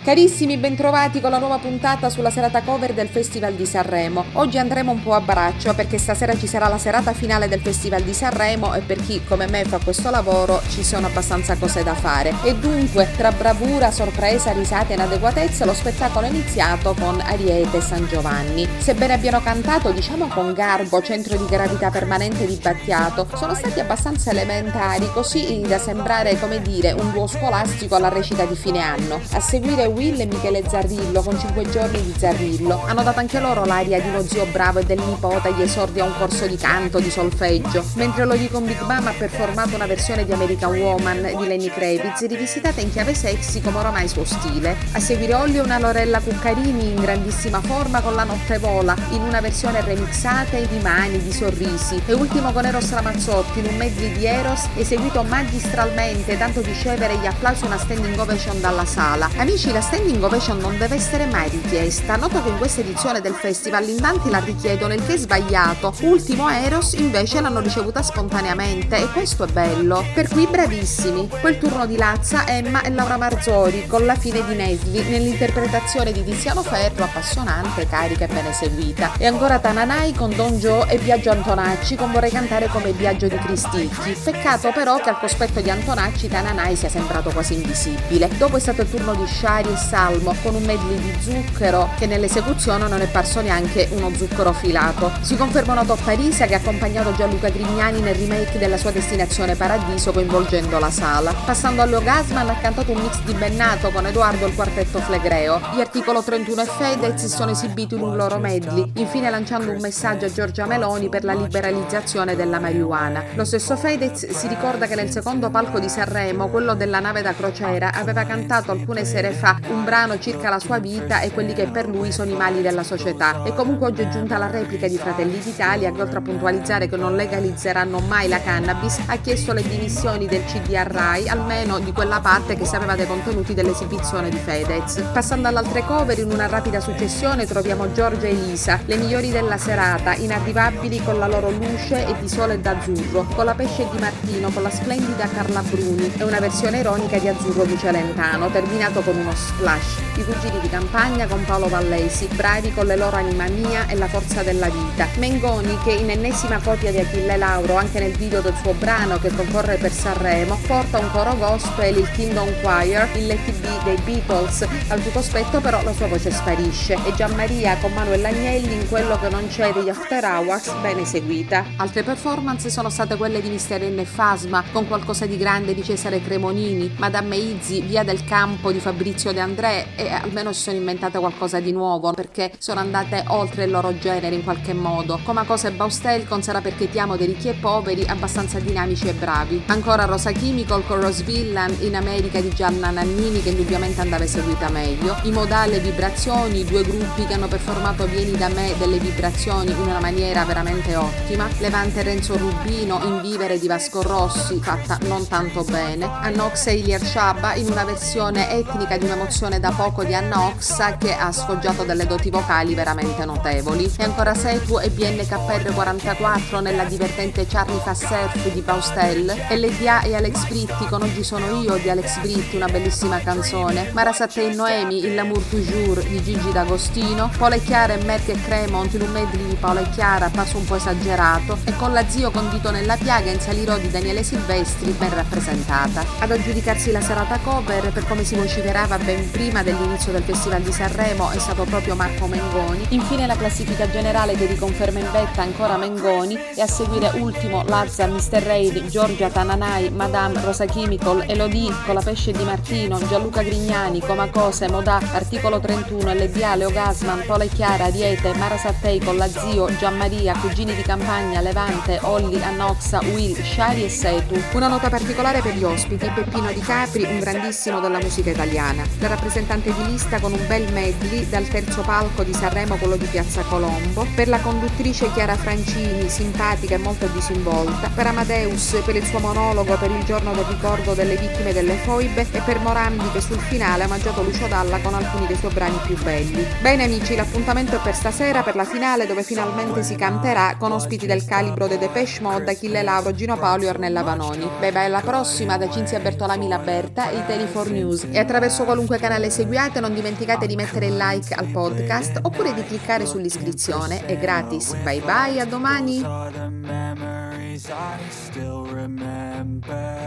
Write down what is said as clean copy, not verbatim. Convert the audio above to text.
Carissimi, bentrovati con la nuova puntata sulla serata cover del Festival di Sanremo. Oggi andremo un po' a braccio perché stasera ci sarà la serata finale del Festival di Sanremo e per chi come me fa questo lavoro ci sono abbastanza cose da fare. E dunque, tra bravura, sorpresa, risate e inadeguatezza, lo spettacolo è iniziato con Ariete e San Giovanni. Sebbene abbiano cantato, diciamo con garbo, centro di gravità permanente di Battiato, sono stati abbastanza elementari, così da sembrare, come dire, un duo scolastico alla recita di fine anno. A seguire Will e Michele Zarrillo con 5 giorni di Zarrillo. Hanno dato anche loro l'aria di uno zio bravo e del nipote agli esordi a un corso di canto, di solfeggio, mentre lo Con Big Mama ha performato una versione di American Woman di Lenny Kravitz, rivisitata in chiave sexy come oramai suo stile. A seguire Olli e una Lorella Cuccarini in grandissima forma con La notte vola, in una versione remixata e di mani, di sorrisi. E ultimo con Eros Ramazzotti in un medley di Eros eseguito magistralmente, tanto di ricevere gli applausi una standing ovation dalla sala. Amici, la standing ovation non deve essere mai richiesta. Noto che in questa edizione del festival in tanti la richiedono, il che è sbagliato. Ultimo Eros invece l'hanno ricevuta spontaneamente e questo è bello. Per cui bravissimi. Poi il turno di Lazza, Emma e Laura Marzori con La fine di Nesli nell'interpretazione di Tiziano Ferro, appassionante, carica e ben eseguita. E ancora Tananai con Don Joe e Biagio Antonacci con Vorrei cantare come Biagio di Cristicchi. Peccato però che al cospetto di Antonacci Tananai sia sembrato quasi invisibile. Dopo è stato il turno di Shari e Salmo con un medley di Zucchero che nell'esecuzione non è parso neanche uno zucchero filato. Si confermano Toppa Risa che ha accompagnato Gianluca Grignani nel remake della sua Destinazione Paradiso coinvolgendo la sala. Passando alle Gasman ha cantato un mix di Bennato con Edoardo e il quartetto Flegreo. Gli Articolo 31 e Fedez si sono esibiti in un loro medley, infine lanciando un messaggio a Giorgia Meloni per la liberalizzazione della marijuana. Lo stesso Fedez si ricorda che nel secondo palco di Sanremo, quello della nave da crociera, aveva cantato alcune sere fa un brano circa la sua vita e quelli che per lui sono i mali della società. E comunque oggi è giunta la replica di Fratelli d'Italia che, oltre a puntualizzare che non legalizzeranno mai la cannabis, ha chiesto le dimissioni del CDA Rai, almeno di quella parte che sapeva dei contenuti dell'esibizione di Fedez. Passando all'altre cover, in una rapida successione troviamo Giorgia e Elisa, le migliori della serata, inarrivabili con la loro luce e di sole d'azzurro, con la Pesce e Di Martino, con la splendida Carla Bruni e una versione ironica di Azzurro di Celentano, terminato con uno splash. I Cugini di Campagna con Paolo Vallesi, bravi con le loro Anima Mia e La forza della vita. Mengoni, che in ennesima copia di Achille Lauro anche nel video del suo brano che concorre per Sanremo, porta un coro gospel, il Kingdom Choir, il Let It Be dei Beatles. Al suo cospetto però la sua voce sparisce. E Gianmaria con Manuel Agnelli in Quello che non c'è degli After Hours, ben eseguita. Altre performance sono state quelle di Mister N e Fasma con Qualcosa di grande di Cesare Cremonini, Madame Izzi, Via del Campo di Fabrizio De André, e almeno si sono inventate qualcosa di nuovo perché sono andate oltre il loro genere in qualche modo. Comacose e Baustel con Sarà perché ti amo dei ricchi e poveri, abbastanza dinamici e bravi. Ancora Rosa Chemical con Rose Villan in America di Gianna Nannini che indubbiamente andava eseguita meglio. I Modali e Vibrazioni, due gruppi che hanno performato Vieni da me delle vibrazioni in una maniera veramente ottima. Levante e Renzo Rubino in Vivere di Vasco Rossi, fatta non tanto bene. Anna Oxa e Ilir Sciabba in una versione etnica di Un'emozione da poco di Anna Oxa che ha sfoggiato delle doti vocali veramente notevoli. E ancora Setu e BNKR 44 nella divertente Charlie fa surf di Baustel. LDA e Alex Britti con Oggi sono io di Alex Britti, una bellissima canzone. Mara Sattei e Noemi in L'amour toujours di Gigi D'Agostino. Paola e Chiara e Merck e Cremont in un medley di Paola e Chiara, passo un po' esagerato. E con la Zio con Dito nella piaga in Salirò di Daniele Silvestri, ben rappresentata. Ad aggiudicarsi la serata cover, per come si vociferava ben prima dell'inizio del Festival di Sanremo, è stato proprio Marco Mengoni. Infine la classifica generale che riconferma in vetta ancora Mengoni e a seguire ultimo Lazza, Mr. Raid, Giorgia, Tananai, Madame, Rosa Chemical, Elodie con La Pesce Di Martino, Gianluca Grignani, Comacose, Modà, Articolo 31, LDA, Leo Gasman, Paola e Chiara, Ariete, Mara Sattei con la Zio, Gianmaria, Cugini di Campagna, Levante, Olli, Annoxa, Will, Shari e Setu. Una nota particolare per gli ospiti, Peppino Di Capri, un grandissimo della musica italiana. La rappresentante di lista con un bel medley dal terzo palco di Sanremo, quello di Piazza Colombo. Per la conduttrice Chiara Francini, simpatica e molto disinvolta. Per Amadeus, per il suo monologo per il giorno del ricordo delle vittime delle foibe. E per Morandi che sul finale ha mangiato Lucio Dalla con alcuni dei suoi brani più belli. Bene amici, l'appuntamento è per stasera, per la finale dove finalmente si canterà con ospiti del calibro dei Depeche Mode, Achille Lauro, Gino Paoli e Ornella Vanoni. Bye bye, alla prossima da Cinzia Bertolami la Berta e Tele4 News. E attraverso qualunque qualunque canale seguiate non dimenticate di mettere il like al podcast oppure di cliccare sull'iscrizione, è gratis. Bye bye, a domani!